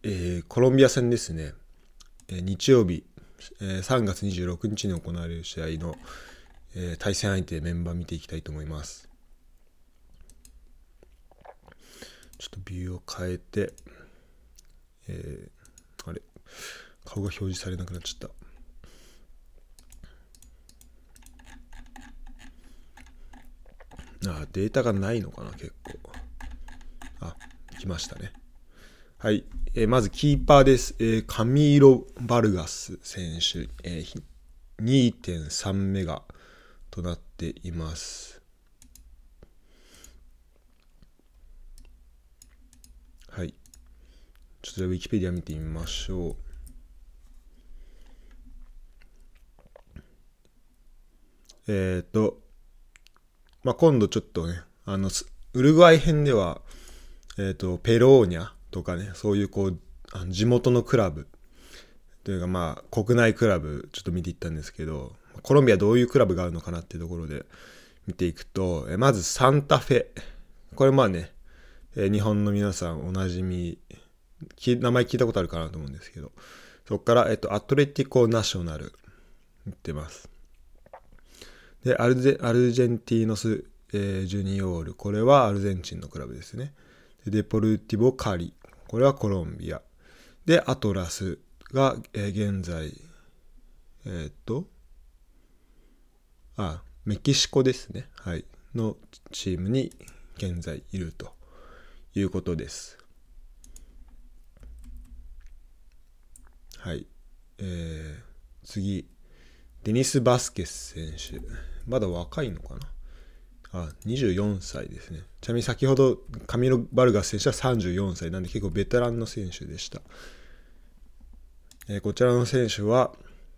コロンビア戦ですね。日曜日、3月26日に行われる試合の、対戦相手メンバー見ていきたいと思います。ちょっとビューを変えて、あれ顔が表示されなくなっちゃった。データがないのかな、結構。来ましたね。はい、まずキーパーです。カミーロ・バルガス選手、2.3 メガとなっています。はい。ちょっとじゃあウィキペディア見てみましょう。今度ちょっとね、ウルグアイ編では、ペローニャとかね、そういう地元のクラブというか国内クラブちょっと見ていったんですけど、コロンビアどういうクラブがあるのかなっていうところで見ていくと、まずサンタフェ。これ日本の皆さんおなじみ、名前聞いたことあるかなと思うんですけど、そこから、アトレティコナショナル行ってます。で、アルゼンティーノス、ジュニオール。これはアルゼンチンのクラブですね。で、デポルティボカリ。これはコロンビア。で、アトラスが、現在、メキシコですね。はい。のチームに現在いるということです。はい。次。デニス・バスケス選手。まだ若いのかな。24歳ですね。ちなみに先ほどカミロ・バルガス選手は34歳なんで結構ベテランの選手でした。こちらの選手は、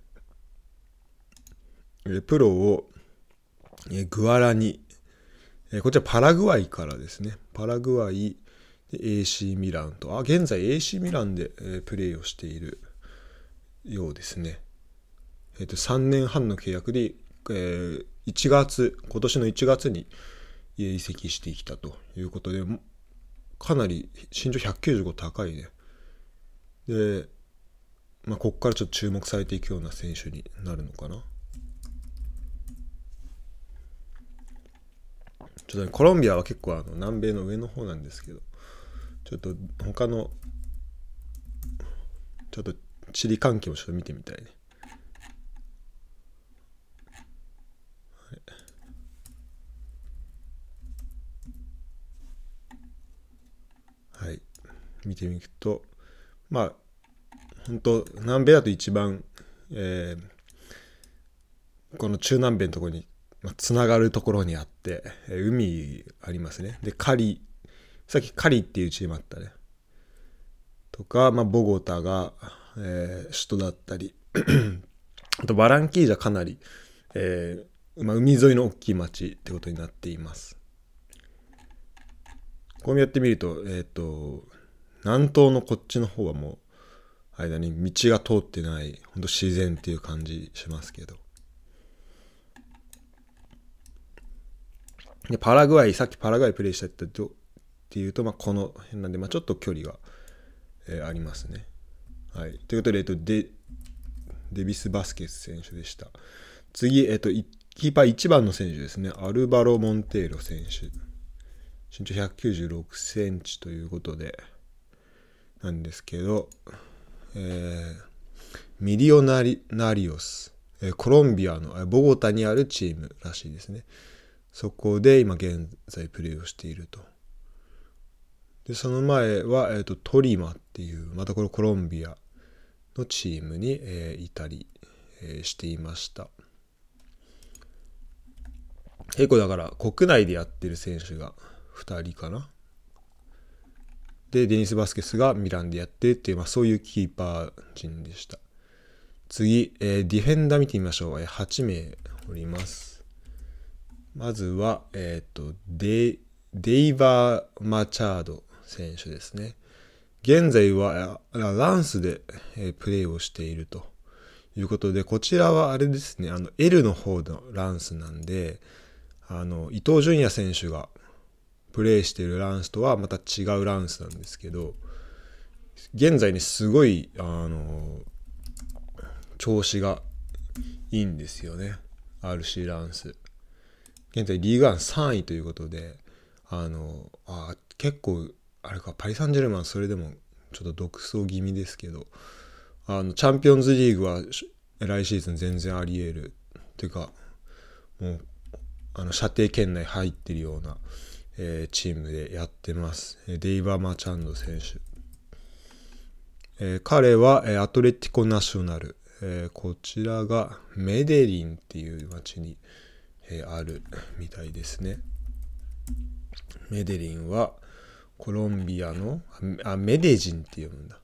プロを、グアラニ、こちらパラグアイからですね。パラグアイで AC ミランと、現在 AC ミランで、プレーをしているようですね。3年半の契約で、今年の1月に移籍してきたということで、かなり身長195高いね。で、ここからちょっと注目されていくような選手になるのかな。ちょっとね、コロンビアは結構南米の上の方なんですけど、ちょっと他のちょっと地理関係もちょっと見てみたいね。はい、見てみると、本当南米だと一番、この中南米のところにつながるところにあって、海ありますね。でさっきカリっていうチームあったねとか、ボゴタが、首都だったりあとバランキージャかなり、海沿いの大きい町ってことになっています。こうやってみると、南東のこっちの方はもう間に道が通ってない本当自然っていう感じしますけど、でさっきパラグアイプレイしたっていうと、この辺なんで、ちょっと距離が、ありますね。はい。ということで、デビス・バスケス選手でした。次、キーパー1番の選手ですね。アルバロ・モンテーロ選手。身長196センチということで、なんですけど、ミリオナリオス、コロンビアのボゴタにあるチームらしいですね。そこで今現在プレーをしていると。で、その前は、トリマっていう、またこれコロンビアのチームに、いたり、していました。結構だから国内でやってる選手が2人かな。で、デニス・バスケスがミランでやってっていう、そういうキーパー陣でした。次、ディフェンダー見てみましょう。8名おります。まずは、デイバー・マチャード選手ですね。現在はランスで、プレーをしているということで、こちらはあれですね、L の方のランスなんで、伊東純也選手がプレーしているランスとはまた違うランスなんですけど、 現在ね、すごい、調子がいいんですよね。RC ランス。現在リーグワン3位ということで、結構、あれか、パリ・サンジェルマンそれでもちょっと独走気味ですけど、チャンピオンズリーグは来シーズン全然あり得る。っていうか、もう、射程圏内入ってるような、チームでやってます。デイバー・マチャンド選手。彼は、アトレティコ・ナショナル。こちらがメデリンっていう町に、あるみたいですね。メデリンはコロンビアのメデジンって読むんだ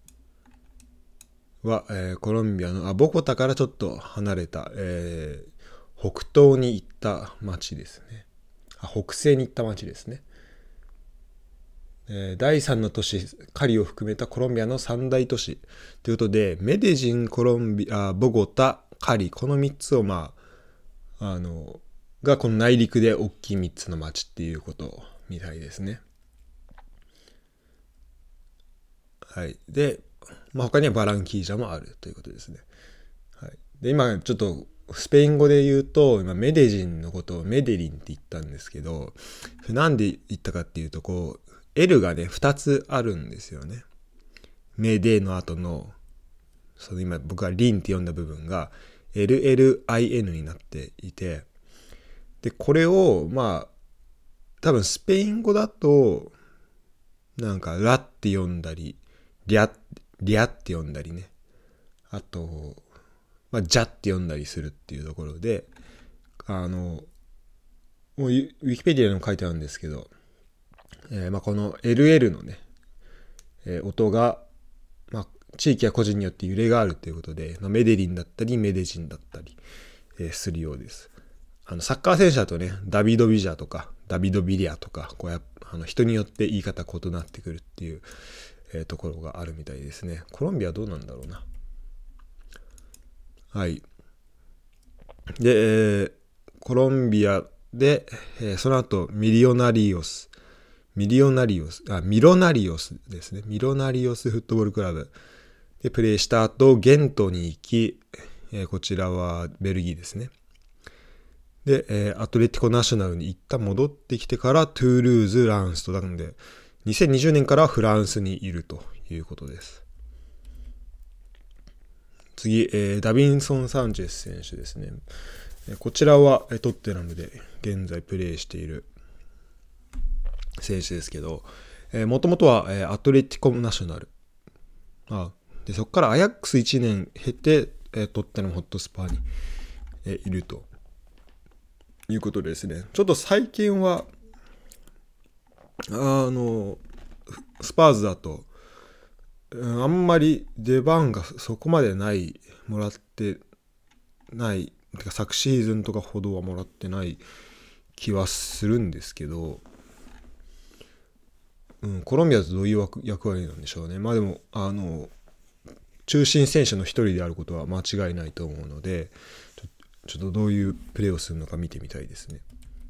は、コロンビアのボコタからちょっと離れた、北東に行った町ですね。北西に行った町ですね。第3の都市カリを含めたコロンビアの三大都市ということで、メデジン、コロンビア、ボゴタ、カリ、この3つをがこの内陸で大きい3つの町っていうことみたいですね。はい。で、他にはバランキージャもあるということですね。はい。で、今ちょっとスペイン語で言うと、今メデジンのことをメデリンって言ったんですけど、なんで言ったかっていうと、L がね、2つあるんですよね。メデの後の、今僕がリンって読んだ部分が LLIN になっていて、で、これを、多分スペイン語だと、なんか、ラって読んだり、リャって読んだりね。あと、ジャって読んだりするっていうところで、もうウィキペディアにも書いてあるんですけど、この LL のね、音が、地域や個人によって揺れがあるということで、メデリンだったりメデジンだったり、するようです。サッカー選手だとね、ダビド・ビジャとかダビド・ビリアとか人によって言い方異なってくるっていう、ところがあるみたいですね。コロンビアどうなんだろうな。はい。で、コロンビアで、その後ミロナリオスですね。ミロナリオスフットボールクラブでプレーした後、ゲントに行き、こちらはベルギーですね。で、アトレティコナショナルに一旦戻ってきてからトゥールーズ、ランスとなんで、2020年からフランスにいるということです。次、ダビンソン・サンチェス選手ですね。こちらはトッテナムで現在プレーしている選手ですけど、もともとはアトレティコナショナル。でそこからアヤックス1年経て、トッテナムホットスパーに、いるということですね。ちょっと最近はスパーズだと、あんまり出番がそこまでもらってない、てか昨シーズンとかほどはもらってない気はするんですけど、コロンビアだとどういう役割なんでしょうね。でも中心選手の一人であることは間違いないと思うので、ちょっとどういうプレーをするのか見てみたいですね。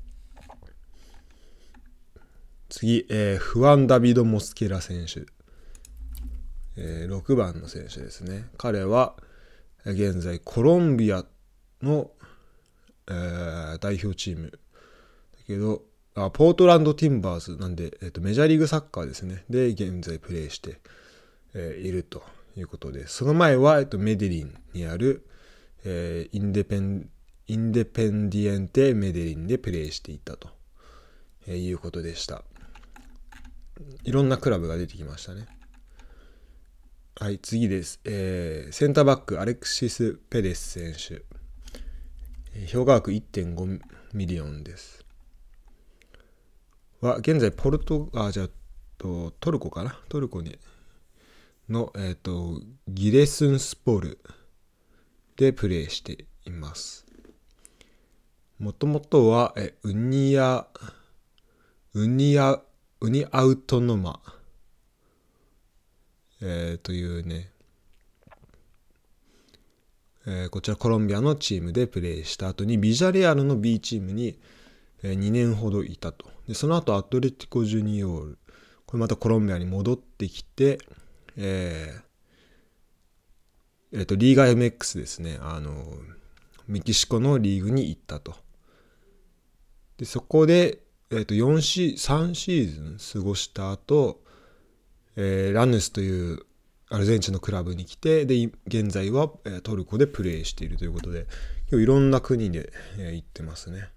次、フアン・ダビド・モスケラ選手、6番の選手ですね。彼は現在コロンビアの、代表チームだけど、ポートランドティンバーズなんで、メジャーリーグサッカーですね。で現在プレーして、いるということで、その前は、メデリンにある、インデペンディエンテメデリンでプレーしていたと、いうことでした。いろんなクラブが出てきましたね。はい、次です。センターバックアレクシス・ペレス選手、評価額 1.5 ミリオンです。は現在トルコかな、トルコにの、ギレスンスポルでプレーしています。もともとはウニアウトノマ、というね、こちらコロンビアのチームでプレーした後にビジャレアルの B チームに、2年ほどいたと。でその後アトレティコ・ジュニオール、これまたコロンビアに戻ってきて、 リーガ MX ですね。メキシコのリーグに行ったと。で、そこで、3シーズン過ごした後、ラヌスというアルゼンチンのクラブに来て、で、現在はトルコでプレーしているということで、いろんな国で行ってますね。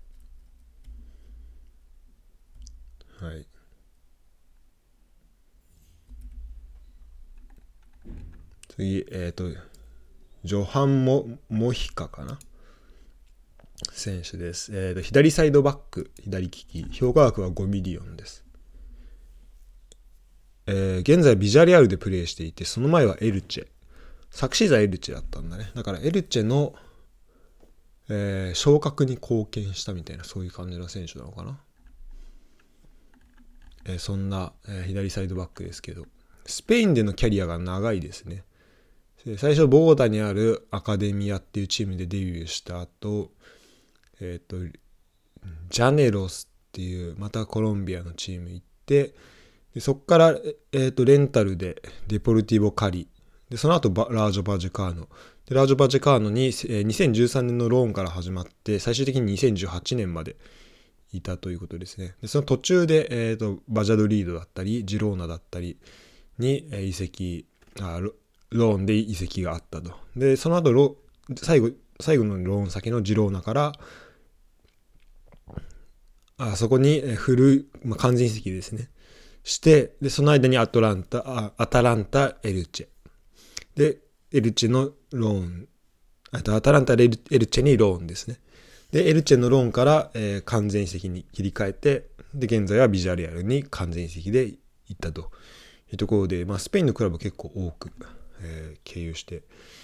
はい。次、ジョハンモヒカかな選手です。左サイドバック、左利き、評価額は5ミリオンです。現在ビジャレアルでプレーしていて、その前はエルチェ。昨シーズンはエルチェだったんだね。だからエルチェの、昇格に貢献したみたいな、そういう感じの選手なのかな。そんな、左サイドバックですけど、スペインでのキャリアが長いですね。最初ボゴタにあるアカデミアっていうチームでデビューした後、ジャネロスっていうまたコロンビアのチーム行って、でそこから、レンタルでデポルティボカリ、でその後ラージョバジュカーノで、ラージョバジュカーノに、2013年のローンから始まって最終的に2018年までいたということですね。でその途中で、バジャドリードだったりジローナだったりに、移籍ローンで移籍があったと。でその後最後のローン先のジローナからそこに完全移籍ですねして、でその間にアタランタエルチェでエルチェのローン、アタランタエルチェにローンですね。でエルチェのローンから、完全移籍に切り替えて、で現在はビジャレアルに完全移籍で行ったというところで、スペインのクラブ結構多く、経由して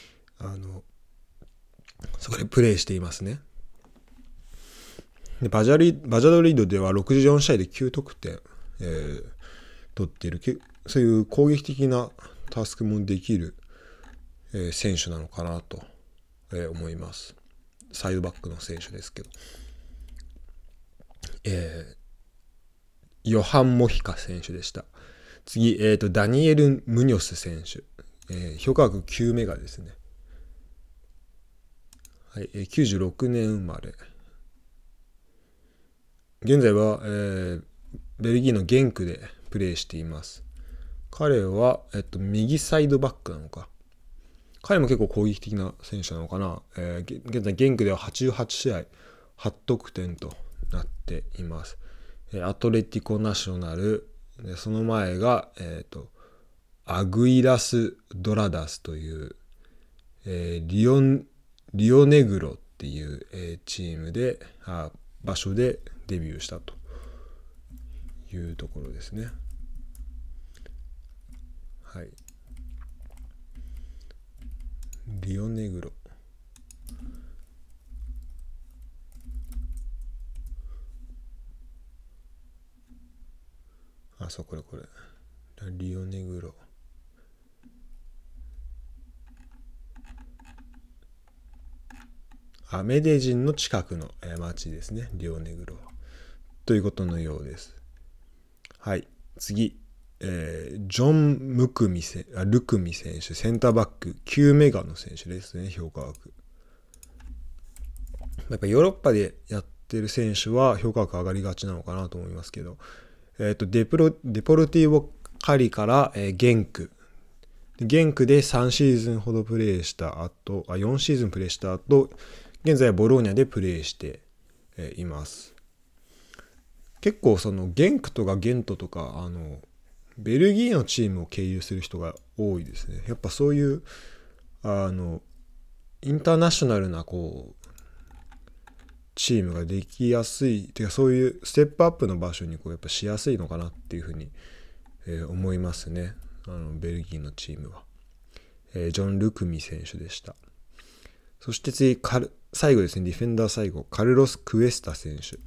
そこでプレーしていますね。でバジャドリードでは64試合で9得点、取っている、そういう攻撃的なタスクもできる、選手なのかなと、思います。サイドバックの選手ですけど、ヨハン・モヒカ選手でした。次、ダニエル・ムニョス選手、評価額9メガですね。はい、96年生まれ。現在は、ベルギーのゲンクでプレーしています。彼は、右サイドバックなのか。彼も結構攻撃的な選手なのかな。現在ゲンクでは88試合8得点となっています。アトレティコナショナルで、その前が、アグイラス・ドラダスという、リオネグロっていう、チームで場所でデビューしたというところですね。はい。リオネグロ。そう、これ。リオネグロ。メデジンの近くの町ですね。リオネグロ。ということのようです。はい。次。ジョン・ルクミ選手、センターバック、9メガの選手ですね、評価額。やっぱヨーロッパでやってる選手は評価額上がりがちなのかなと思いますけど、デポルティーボカリから、ゲンクで3シーズンほどプレーした後、4シーズンプレーした後、現在はボローニャでプレーして、います。結構そのゲンクとかゲントとかベルギーのチームを経由する人が多いですね。やっぱそういうインターナショナルなチームができやすい、てかそういうステップアップの場所にやっぱしやすいのかなっていうふうに、思いますね。ベルギーのチームは、ジョン・ルクミ選手でした。そして次最後ですね、ディフェンダー最後、カルロス・クエスタ選手。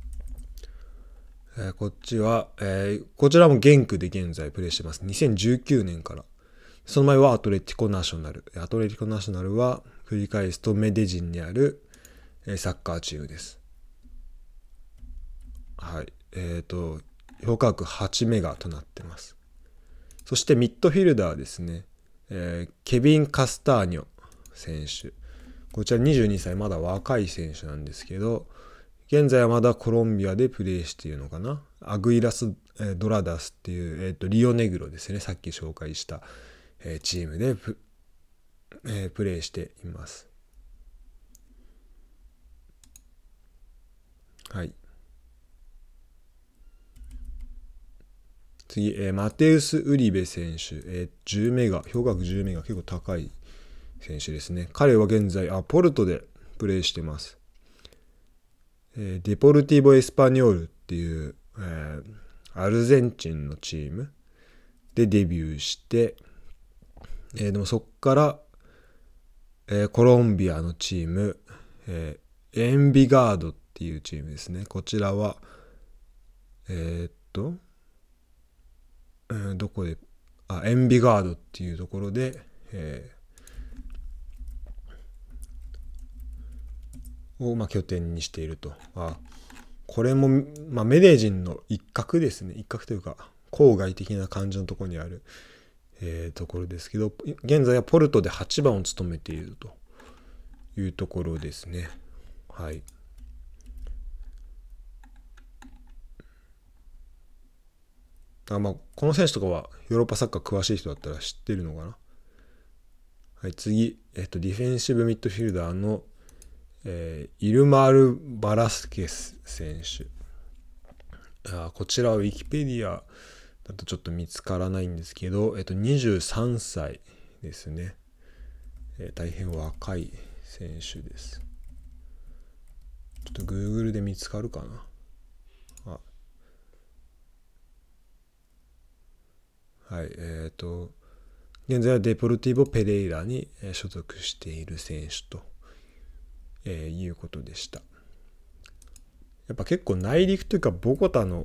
こちらもゲンクで現在プレーしてます。2019年から。その前はアトレティコナショナル。アトレティコナショナルは繰り返すとメデジンにあるサッカーチームです。はい。評価額8メガとなってます。 そしてミッドフィルダーですね、ケビン・カスターニョ選手。こちら22歳、まだ若い選手なんですけど、現在はまだコロンビアでプレーしているのかな。アグイラス・ドラダスっていう、リオネグロですね、さっき紹介した、チームでプレーしています。はい。次、マテウス・ウリベ選手、10メガ、氷額10メガ、結構高い選手ですね。彼は現在、ポルトでプレーしてます。デポルティボ・エスパニョールっていう、アルゼンチンのチームでデビューして、でもそこから、コロンビアのチーム、エンビガードっていうチームですね。こちらは、どこで、エンビガードっていうところで、を拠点にしていると。これも、メデージンの一角ですね。一角というか、郊外的な感じのところにある、ところですけど、現在はポルトで8番を務めているというところですね。はい。この選手とかはヨーロッパサッカー詳しい人だったら知ってるのかな。はい、次、ディフェンシブミッドフィルダーの、イルマール・バラスケス選手。こちらはウィキペディアだとちょっと見つからないんですけど、23歳ですね。大変若い選手です。ちょっと Google で見つかるかな。はい、現在はデポルティボ・ペレイラに所属している選手と、いうことでした。やっぱ結構内陸というかボゴタの、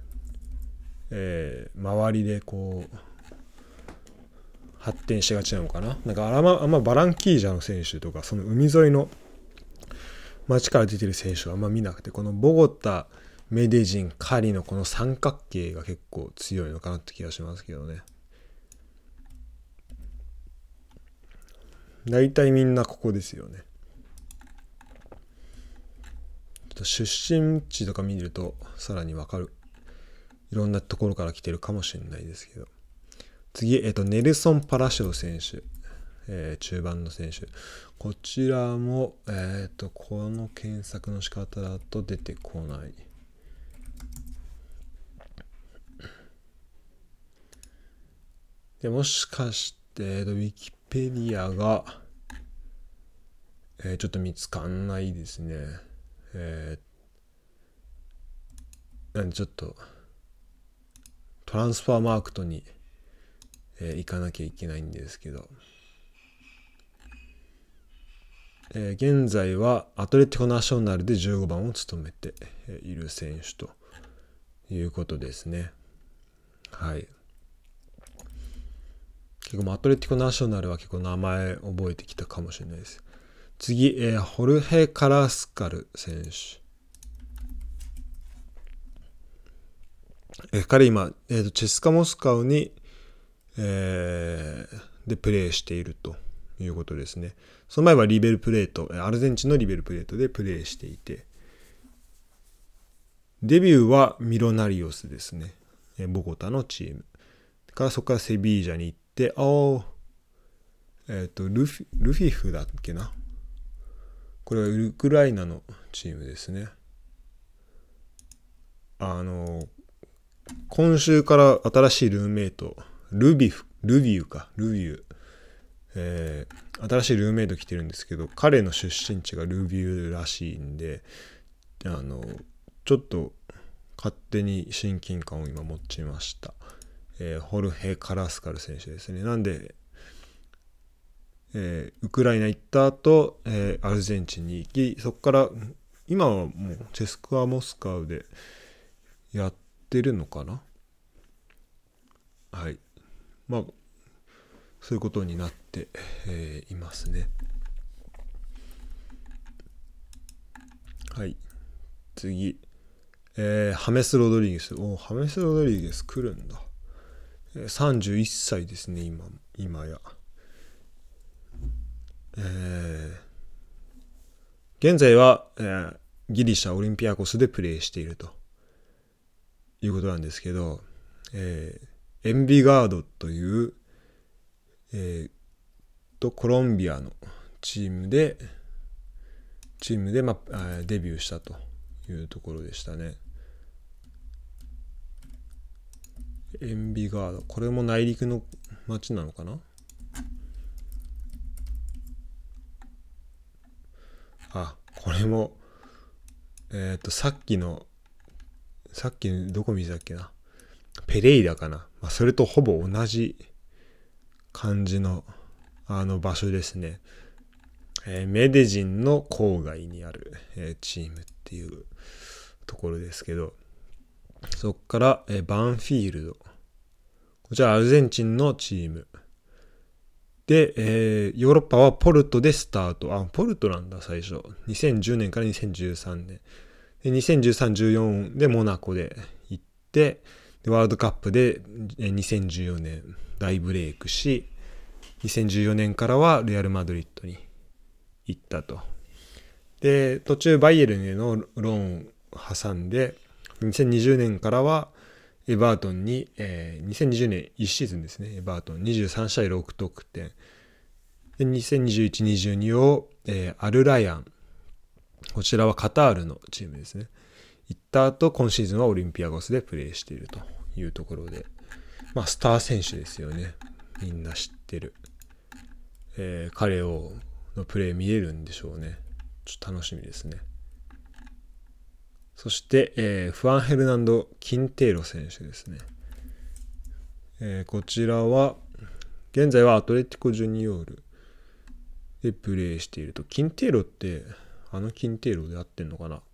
周りでこう発展しがちなのかな。なんかあんまバランキージャの選手とかその海沿いの町から出てる選手はあんま見なくて、このボゴタ、メデジン、カリのこの三角形が結構強いのかなって気がしますけどね。大体みんなここですよね。出身地とか見るとさらにわかる。いろんなところから来てるかもしれないですけど。次、ネルソン・パラショー選手、中盤の選手。こちらも、この検索の仕方だと出てこない。でもしかして、ウィキペディアが、ちょっと見つかんないですね。なんでちょっとトランスファーマークトに、行かなきゃいけないんですけど、現在はアトレティコナショナルで15番を務めている選手ということですね。はい。結構アトレティコナショナルは結構名前覚えてきたかもしれないです。次、ホルヘ・カラスカル選手。彼今、チェスカモスカウに、でプレーしているということですね。その前はリベルプレート、アルゼンチンのリベルプレートでプレーしていて、デビューはミロナリオスですね。ボゴタのチーム。からそこからセビージャに行って、ルフィフだっけな。これはウクライナのチームですね。今週から新しいルーメイト、ルビュー。新しいルーメイト来てるんですけど、彼の出身地がルビューらしいんで、ちょっと勝手に親近感を今持ちました。ホルヘ・カラスカル選手ですね。なんで、ウクライナ行った後、アルゼンチンに行き、そこから今はもうチェスカモスカウでやってるのかな。はい。そういうことになって、いますね。はい。次、ハメス・ロドリゲス。ハメス・ロドリゲス来るんだ。 31歳ですね、今や。現在は、ギリシャオリンピアコスでプレーしているということなんですけど、エンビガードという、コロンビアのチームで、デビューしたというところでしたね。エンビガード、これも内陸の町なのかな。これもさっきのどこ見てたっけな、ペレイラかな、それとほぼ同じ感じの場所ですね。メデジンの郊外にある、チームっていうところですけど、そこから、バンフィールド、こちらアルゼンチンのチームで、ヨーロッパはポルトでスタート。ポルトなんだ最初。2010年から2013年。で2013、14でモナコで行って、でワールドカップで2014年大ブレイクし、2014年からはレアル・マドリッドに行ったと。で、途中バイエルンへのローンを挟んで、2020年からはエバートンに、2020年1シーズンですね、エバートン23試合6得点。で、2021-22を、アルラヤン。こちらはカタールのチームですね。行った後、今シーズンはオリンピアゴスでプレーしているというところで、スター選手ですよね。みんな知ってる。彼のプレー見れるんでしょうね。ちょっと楽しみですね。そして、フアンヘルナンド・キンテーロ選手ですね。こちらは現在はアトレティコ・ジュニオールでプレーしていると。キンテーロってキンテーロで合ってんのかな。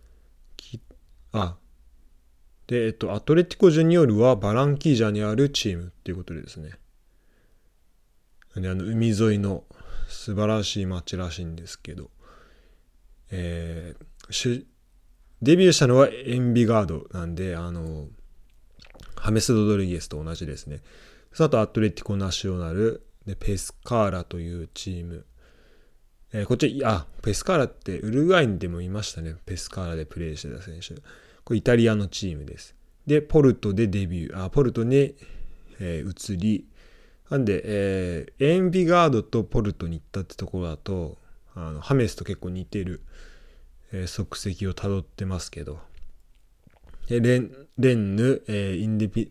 で、アトレティコ・ジュニオールはバランキージャにあるチームっていうことでですね。で海沿いの素晴らしい街らしいんですけど、デビューしたのはエンビガードなんで、ハメス・ロドリゲスと同じですね。その後アトレティコ・ナショナルでペスカーラというチーム。こっちペスカーラってウルグアイでもいましたね。ペスカーラでプレーしてた選手。これイタリアのチームです。でポルトでデビュー、ポルトに、移り、なんで、エンビガードとポルトに行ったってところだと、ハメスと結構似てる、足跡をたどってますけど、でレンヌ、インデペ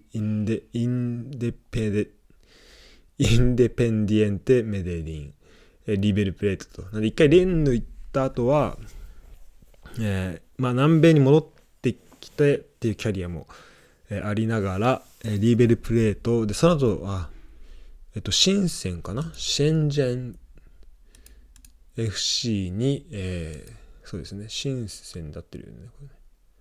ンディエンテメデリン、リベルプレートと。なんで一回レンヌ行った後は、南米に戻ってきてっていうキャリアも、ありながら、リーベルプレートで、その後は深センかな、シェンジェン FC に、そうですね、深センだってるよね、これね。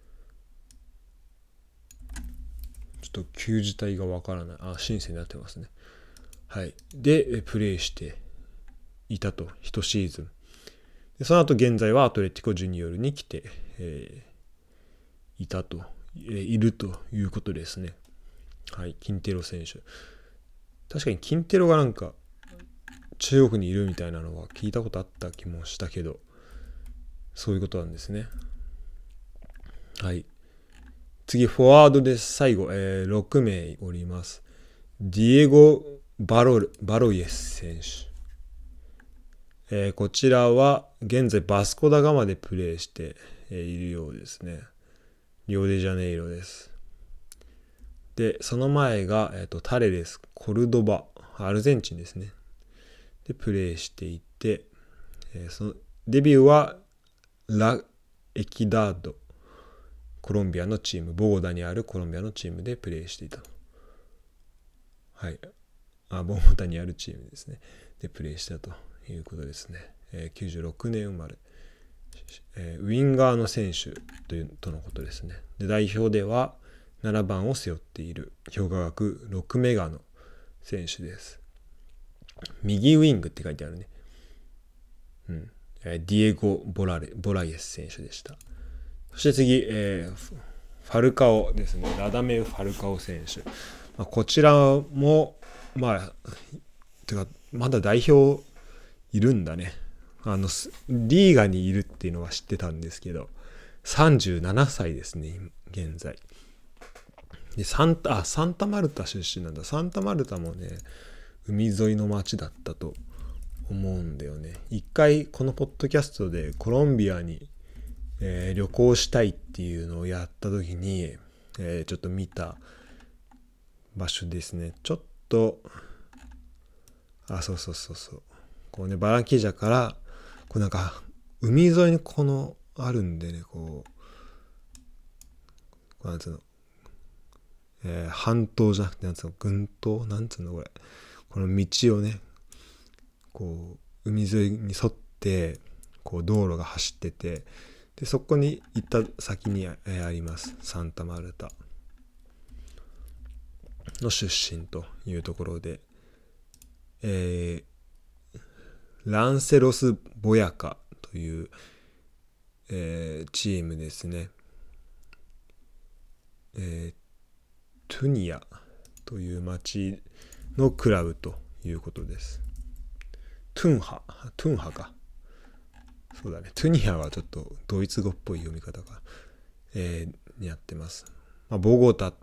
ちょっと旧字体がわからない。深センになってますね。はい。で、プレーしていたと、1シーズン。でその後現在はアトレティコ・ジュニオールに来て、いるということですね。はい、キンテロ選手。確かにキンテロがなんか中国にいるみたいなのは聞いたことあった気もしたけど、そういうことなんですね。はい。次、フォワードです。最後、6名おります。ディエゴ・バロイエス選手。こちらは現在バスコダガマでプレーしているようですね。リオデジャネイロです。で、その前が、タレレス、コルドバ、アルゼンチンですね。で、プレーしていて、そのデビューはラ・エキダード、コロンビアのチーム、ボゴダにあるコロンビアのチームでプレーしていた。はい。ボゴダにあるチームですね。で、プレーしたということですね。96年生まれ。ウィンガーの選手とのことですね。で、代表では7番を背負っている評価額6メガの選手です。右ウィングって書いてあるね。ディエゴ・ボライエス選手でした。そして次、ファルカオですね。ラダメル・ファルカオ選手。 こちらも、てか、まだ代表いるんだね。リーガにいるっていうのは知ってたんですけど、37歳ですね、現在。で、サンタマルタ出身なんだ。サンタマルタもね、海沿いの町だったと思うんだよね。一回このポッドキャストでコロンビアに、旅行したいっていうのをやった時に、ちょっと見た場所ですね。ちょっと、そう。こうね、バランキージャから、こうなんか、海沿いにあるんでね、なんつうの、半島じゃなくて、なんつうの、群島なんつうのこれ。この道をね、海沿いに沿って、道路が走ってて、で、そこに行った先にあります。サンタマルタの出身というところで、ランセロス・ボヤカという、チームですね。トゥニアという町のクラブということです。トゥンハか。そうだね。トゥニアはちょっとドイツ語っぽい読み方が、にやってます。ボゴタ、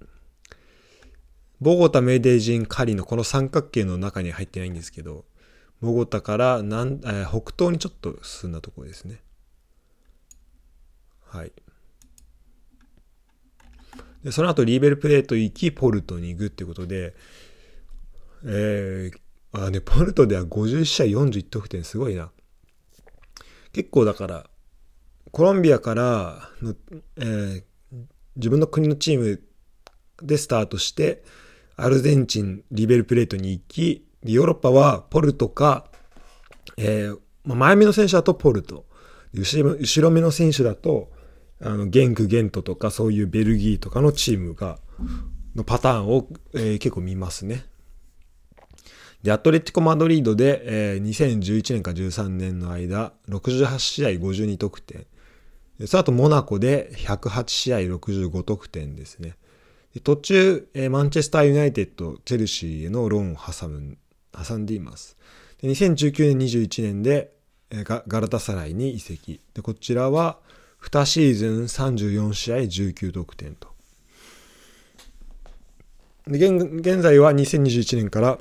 メデジン、カリのこの三角形の中に入ってないんですけど、ボゴタから北東にちょっと進んだところですね。はい。でその後リーベルプレート行きポルトに行くっていうことで、ポルトでは50試合41得点すごいな。結構だからコロンビアからの、自分の国のチームでスタートしてアルゼンチンリーベルプレートに行き、ヨーロッパはポルトか、前目の選手だとポルト、後ろ目の選手だとゲントとかそういうベルギーとかのチームのパターンを、結構見ますね。で、アトレティコマドリードで、2011年から13年の間、68試合52得点。その後モナコで108試合65得点ですね。で途中、マンチェスターユナイテッド、チェルシーへのローンを挟んでいます。で2019年21年で、ガラタサライに移籍。でこちらは2シーズン34試合19得点と。で現在は2021年から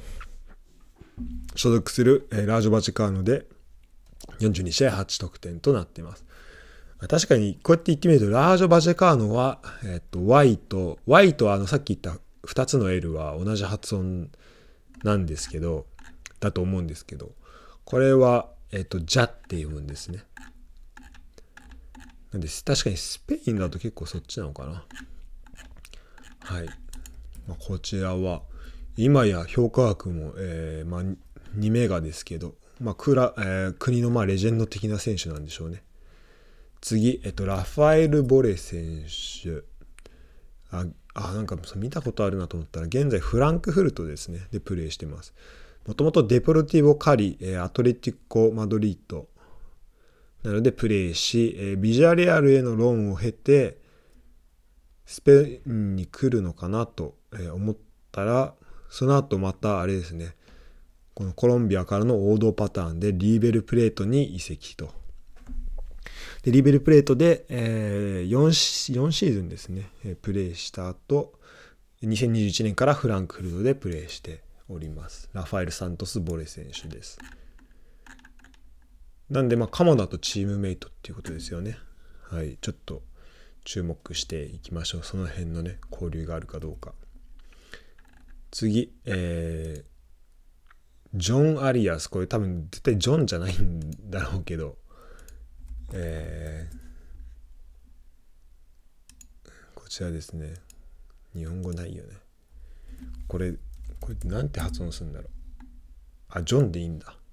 所属するラージョバチカーノで42試合8得点となっています。確かにこうやって言ってみるとラージョバチカーノは、Y とさっき言った2つの L は同じ発音なんですけど、だと思うんですけど、これはジャって読むんですね。なんで確かにスペインだと結構そっちなのかな。はい。こちらは今や評価額も、2メガですけど、国のレジェンド的な選手なんでしょうね。次、ラファエル・ボレ選手。なんか見たことあるなと思ったら、現在フランクフルトですね。でプレーしてます。もともとデポルティボ・カリ、アトレティコ・マドリードなのでプレーし、ビジャレアルへのローンを経て、スペインに来るのかなと思ったら、その後またあれですね、このコロンビアからの王道パターンでリーベルプレートに移籍と。でリーベルプレートで、4シーズンですね、プレーした後、2021年からフランクフルトでプレーしております。ラファエル・サントス・ボレ選手です。なんで鎌田とチームメイトっていうことですよね。はい、ちょっと注目していきましょう。その辺のね、交流があるかどうか。次、ジョン・アリアス。これ多分絶対ジョンじゃないんだろうけど、こちらですね。日本語ないよね。これなんて発音するんだろう。ジョンでいいんだ。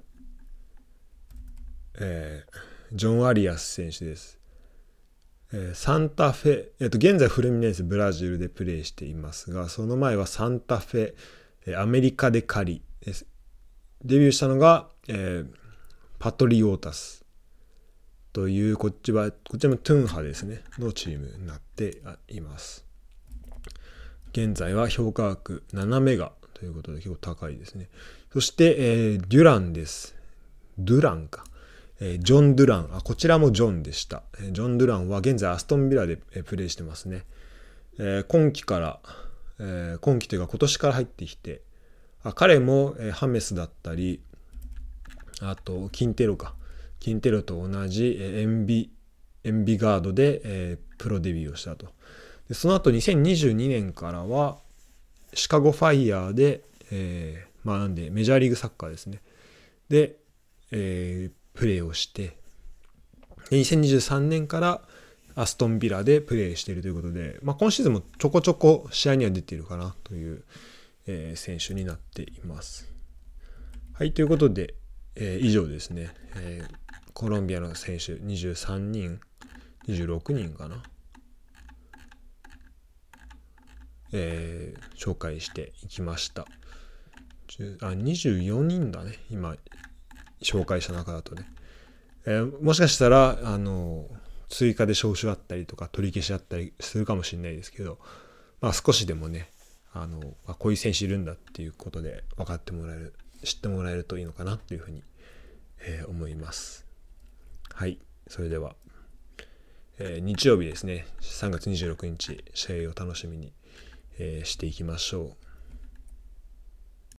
ジョン・アリアス選手です。サンタフェ、現在フルミネンスブラジルでプレーしていますが、その前はサンタフェ、アメリカでカリです。デビューしたのが、パトリオータスという、こっちもトゥンハですねのチームになっています。 現在は評価額7メガということで結構高いですね。そして、デュランです。ドゥランか。ジョン・ドゥラン。こちらもジョンでした。ジョン・ドゥランは現在アストンビラでプレーしてますね。今季から、今季というか今年から入ってきて、彼も、ハメスだったり、あとキンテロと同じ、エンビガードで、プロデビューをしたと。でその後2022年からはシカゴファイヤーで、なんでメジャーリーグサッカーですね。で、プレーをして、で2023年からアストンビラでプレーしているということで、今シーズンもちょこちょこ試合には出ているかなという、選手になっています。はい、ということで、以上ですね、コロンビアの選手23人、26人かな、紹介していきました。24人だね、今紹介した中だとね。もしかしたら追加で招集あったりとか取り消しあったりするかもしれないですけど、少しでもねこういう選手いるんだっていうことで分かってもらえる、知ってもらえるといいのかなというふうに、思います。はい、それでは、日曜日ですね、3月26日試合を楽しみに、していきましょう。